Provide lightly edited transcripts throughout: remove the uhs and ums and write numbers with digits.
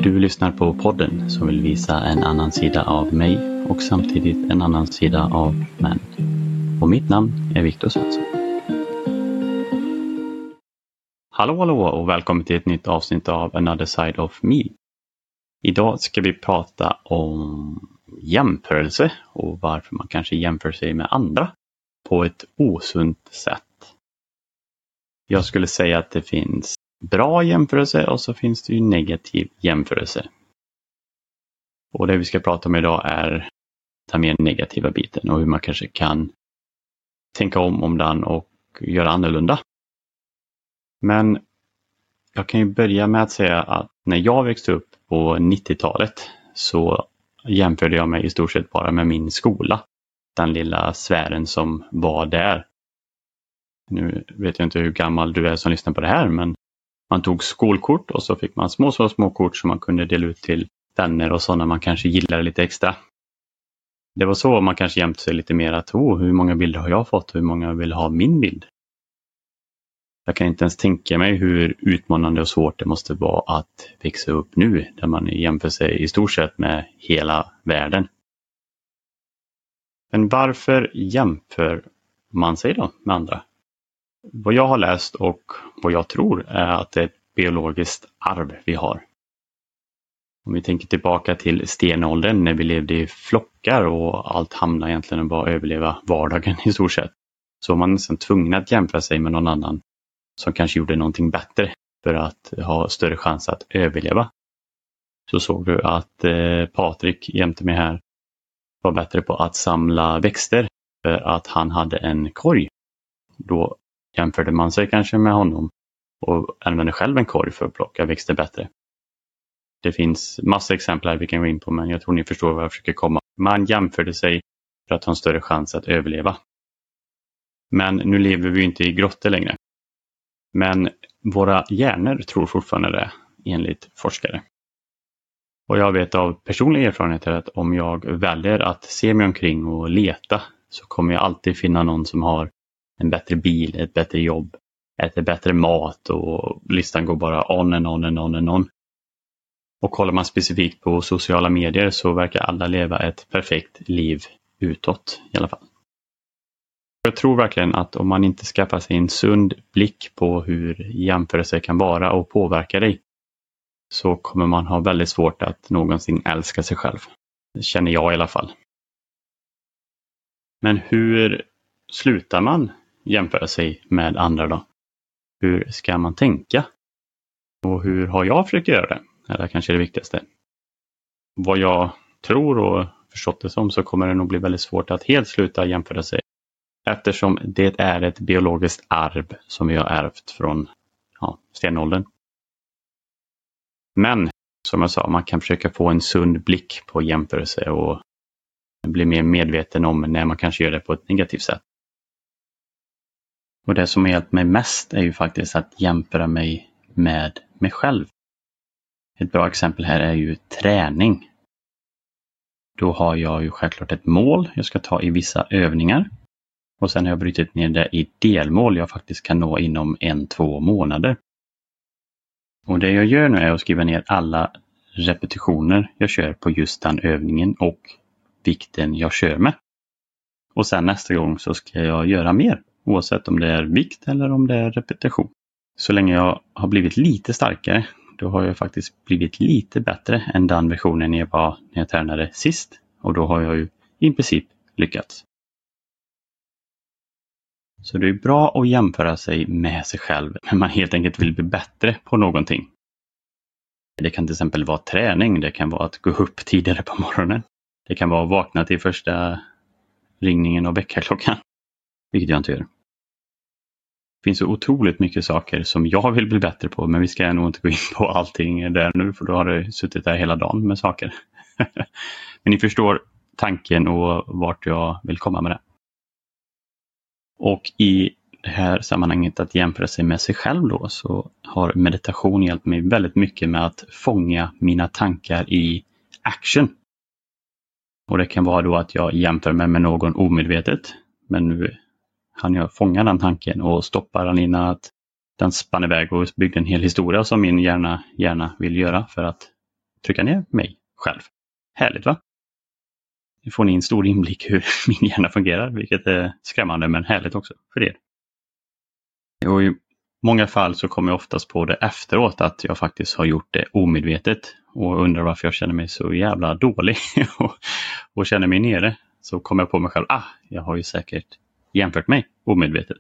Du lyssnar på podden som vill visa en annan sida av mig och samtidigt en annan sida av män. Och mitt namn är Viktor Svensson. Hallå och välkommen till ett nytt avsnitt av Another Side of Me. Idag ska vi prata om jämförelse och varför man kanske jämför sig med andra på ett osunt sätt. Jag skulle säga att det finns bra jämförelse och så finns det ju negativ jämförelse. Och det vi ska prata om idag är den mer negativa biten och hur man kanske kan tänka om den och göra annorlunda. Men jag kan ju börja med att säga att när jag växte upp på 90-talet så jämförde jag mig i stort sett bara med min skola. Den lilla sfären som var där. Nu vet jag inte hur gammal du är som lyssnar på det här, men man tog skolkort och så fick man små kort som man kunde dela ut till vänner och sådana man kanske gillade lite extra. Det var så man kanske jämförde sig lite mer att hur många bilder har jag fått och hur många vill ha min bild. Jag kan inte ens tänka mig hur utmanande och svårt det måste vara att växa upp nu där man jämför sig i stort sett med hela världen. Men varför jämför man sig då med andra? Vad jag har läst och vad jag tror är att det är ett biologiskt arv vi har. Om vi tänker tillbaka till stenåldern när vi levde i flockar och allt hamnade egentligen bara att överleva vardagen i stort sett. Så var man nästan tvungen att jämföra sig med någon annan som kanske gjorde någonting bättre för att ha större chans att överleva. Så såg du att Patrik jämte mig här var bättre på att samla växter för att han hade en korg. Då jämförde man sig kanske med honom och använde själv en korg för att plocka växter bättre. Det finns massa exempel här vi kan gå in på, men jag tror ni förstår vad jag försöker komma. Man jämförde sig för att ha en större chans att överleva. Men nu lever vi inte i grottor längre. Men våra hjärnor tror fortfarande det, enligt forskare. Och jag vet av personlig erfarenhet att om jag väljer att se mig omkring och leta så kommer jag alltid finna någon som har en bättre bil, ett bättre jobb, äter bättre mat och listan går bara on. Och kollar man specifikt på sociala medier så verkar alla leva ett perfekt liv utåt i alla fall. Jag tror verkligen att om man inte skaffar sig en sund blick på hur jämförelse kan vara och påverka dig så kommer man ha väldigt svårt att någonsin älska sig själv. Det känner jag i alla fall. Men hur slutar man jämföra sig med andra då? Hur ska man tänka? Och hur har jag försökt göra det? Eller kanske det viktigaste. Vad jag tror och förstått det som så kommer det nog bli väldigt svårt att helt sluta jämföra sig. Eftersom det är ett biologiskt arv som vi har ärvt från stenåldern. Men som jag sa, man kan försöka få en sund blick på jämförelse och bli mer medveten om när man kanske gör det på ett negativt sätt. Och det som har hjälpt mig mest är ju faktiskt att jämföra mig med mig själv. Ett bra exempel här är ju träning. Då har jag ju självklart ett mål jag ska ta i vissa övningar. Och sen har jag brutit ner det i delmål jag faktiskt kan nå inom 1-2 månader. Och det jag gör nu är att skriva ner alla repetitioner jag kör på just den övningen och vikten jag kör med. Och sen nästa gång så ska jag göra mer. Oavsett om det är vikt eller om det är repetition. Så länge jag har blivit lite starkare, då har jag faktiskt blivit lite bättre än den versionen jag var när jag tränade sist. Och då har jag ju i princip lyckats. Så det är bra att jämföra sig med sig själv när man helt enkelt vill bli bättre på någonting. Det kan till exempel vara träning, det kan vara att gå upp tidigare på morgonen. Det kan vara att vakna till första ringningen av väckarklockan, vilket jag inte gör. Det finns så otroligt mycket saker som jag vill bli bättre på, men vi ska nog inte gå in på allting där nu för då har det suttit där hela dagen med saker. Men ni förstår tanken och vart jag vill komma med det. Och i det här sammanhanget att jämföra sig med sig själv då så har meditation hjälpt mig väldigt mycket med att fånga mina tankar i action. Och det kan vara då att jag jämför mig med någon omedvetet. Men nu hann jag fånga den tanken och stoppa den innan att den spann iväg och byggde en hel historia som min hjärna vill göra för att trycka ner mig själv. Härligt, va? Nu får ni en stor inblick hur min hjärna fungerar, vilket är skrämmande men härligt också för er. Och i många fall så kommer jag oftast på det efteråt att jag faktiskt har gjort det omedvetet och undrar varför jag känner mig så jävla dålig och känner mig nere. Så kommer jag på mig själv, jag har ju säkert jämfört mig omedvetet.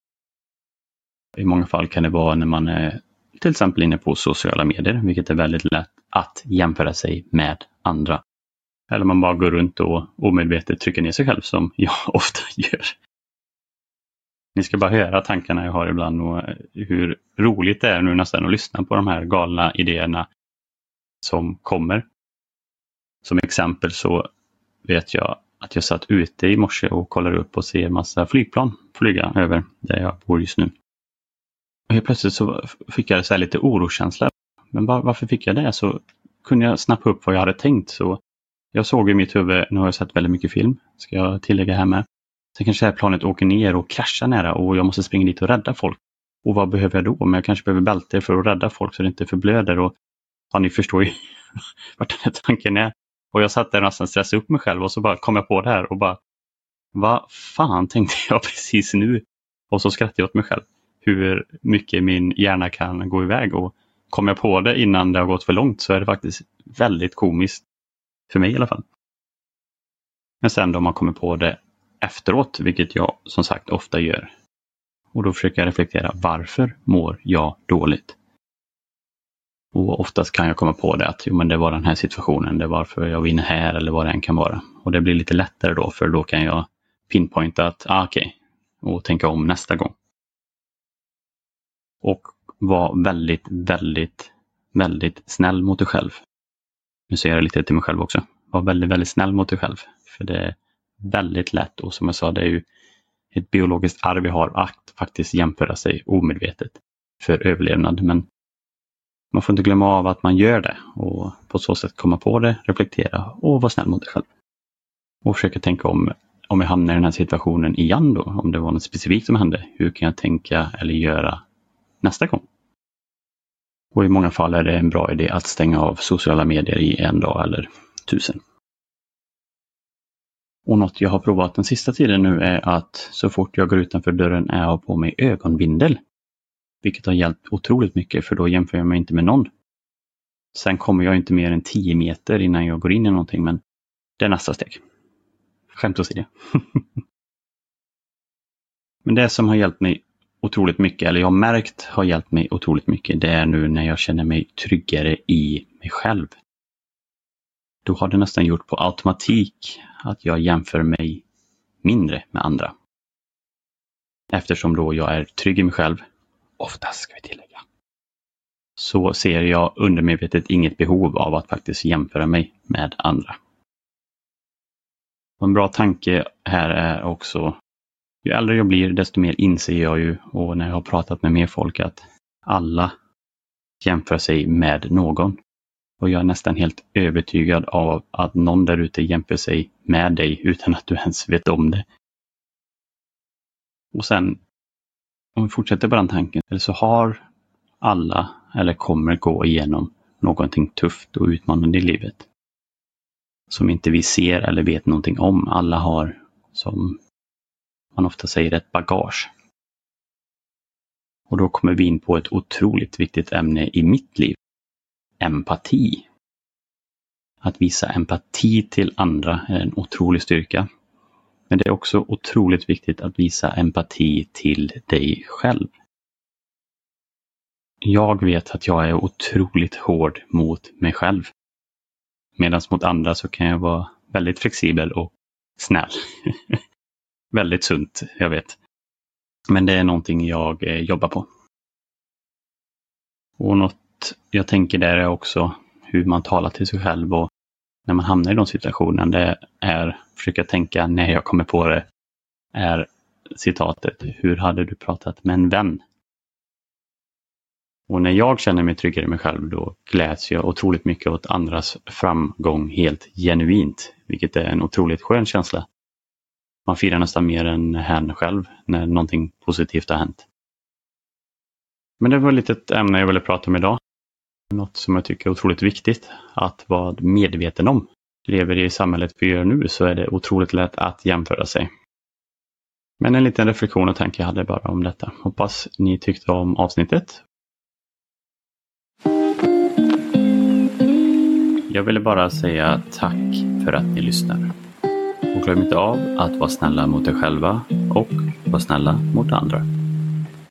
I många fall kan det vara när man är till exempel inne på sociala medier, vilket är väldigt lätt att jämföra sig med andra. Eller man bara går runt och omedvetet trycker ner sig själv som jag ofta gör. Ni ska bara höra tankarna jag har ibland och hur roligt det är nu nästan att lyssna på de här galna idéerna som kommer. Som exempel så vet jag att jag satt ute i morse och kollade upp och ser massa flygplan flyga över där jag bor just nu. Och helt plötsligt så fick jag så här lite oroskänsla. Men varför fick jag det? Så kunde jag snappa upp vad jag hade tänkt. Så jag såg i mitt huvud, nu har jag sett väldigt mycket film, ska jag tillägga här med. Sen kanske det här planet åker ner och kraschar nära och jag måste springa dit och rädda folk. Och vad behöver jag då? Men jag kanske behöver bälter för att rädda folk så det inte förblöder. Och ni förstår ju vart den här tanken är. Och jag satt där och nästan stressade upp mig själv och så bara kom jag på det här och bara, vad fan tänkte jag precis nu? Och så skrattade jag åt mig själv. Hur mycket min hjärna kan gå iväg, och kommer jag på det innan det har gått för långt så är det faktiskt väldigt komiskt. För mig i alla fall. Men sen då man kommer på det efteråt, vilket jag som sagt ofta gör. Och då försöker jag reflektera, varför mår jag dåligt? Och oftast kan jag komma på det att men det var den här situationen, det var varför jag vinner här eller vad det än kan vara. Och det blir lite lättare då, för då kan jag pinpointa att okej, och tänka om nästa gång. Och vara väldigt, väldigt, väldigt snäll mot dig själv. Nu säger jag lite till mig själv också. Var väldigt, väldigt snäll mot dig själv. För det är väldigt lätt, och som jag sa, det är ju ett biologiskt arv vi har att faktiskt jämföra sig omedvetet för överlevnad. Men man får inte glömma av att man gör det och på så sätt komma på det, reflektera och vara snäll mot dig själv. Och försöka tänka om jag hamnar i den här situationen igen då, om det var något specifikt som hände, hur kan jag tänka eller göra nästa gång? Och i många fall är det en bra idé att stänga av sociala medier i 1 dag eller 1000. Och något jag har provat den sista tiden nu är att så fort jag går utanför dörren är jag på mig ögonbindel. Vilket har hjälpt otroligt mycket, för då jämför jag mig inte med någon. Sen kommer jag inte mer än 10 meter innan jag går in i någonting, men det är nästa steg. Skämt åsido. Men det som har hjälpt mig otroligt mycket, eller jag har märkt har hjälpt mig otroligt mycket, det är nu när jag känner mig tryggare i mig själv. Då har det nästan gjort på automatik att jag jämför mig mindre med andra. Eftersom då jag är trygg i mig själv, oftast ska vi tillägga, så ser jag undermedvetet inget behov av att faktiskt jämföra mig med andra. Och en bra tanke här är också, ju äldre jag blir desto mer inser jag ju, och när jag har pratat med mer folk, att alla jämför sig med någon. Och jag är nästan helt övertygad av att någon där ute jämför sig med dig utan att du ens vet om det. Och sen, om vi fortsätter på den tanken, eller så har alla eller kommer gå igenom någonting tufft och utmanande i livet. Som inte vi ser eller vet någonting om. Alla har, som man ofta säger, ett bagage. Och då kommer vi in på ett otroligt viktigt ämne i mitt liv. Empati. Att visa empati till andra är en otrolig styrka. Men det är också otroligt viktigt att visa empati till dig själv. Jag vet att jag är otroligt hård mot mig själv. Medan mot andra så kan jag vara väldigt flexibel och snäll. Väldigt sunt, jag vet. Men det är någonting jag jobbar på. Och något jag tänker där är också hur man talar till sig själv, och när man hamnar i de situationen, det är försöka tänka när jag kommer på det, är citatet: hur hade du pratat med en vän? Och när jag känner mig tryggare i mig själv, då gläds jag otroligt mycket åt andras framgång helt genuint, vilket är en otroligt skön känsla. Man firar nästan mer än hen själv när någonting positivt har hänt. Men det var lite ett ämne jag ville prata om idag. Något som jag tycker är otroligt viktigt att vara medveten om. Lever i samhället vi gör nu så är det otroligt lätt att jämföra sig. Men en liten reflektion och tanke jag hade bara om detta. Hoppas ni tyckte om avsnittet. Jag ville bara säga tack för att ni lyssnar. Och glöm inte av att vara snälla mot er själva och vara snälla mot andra.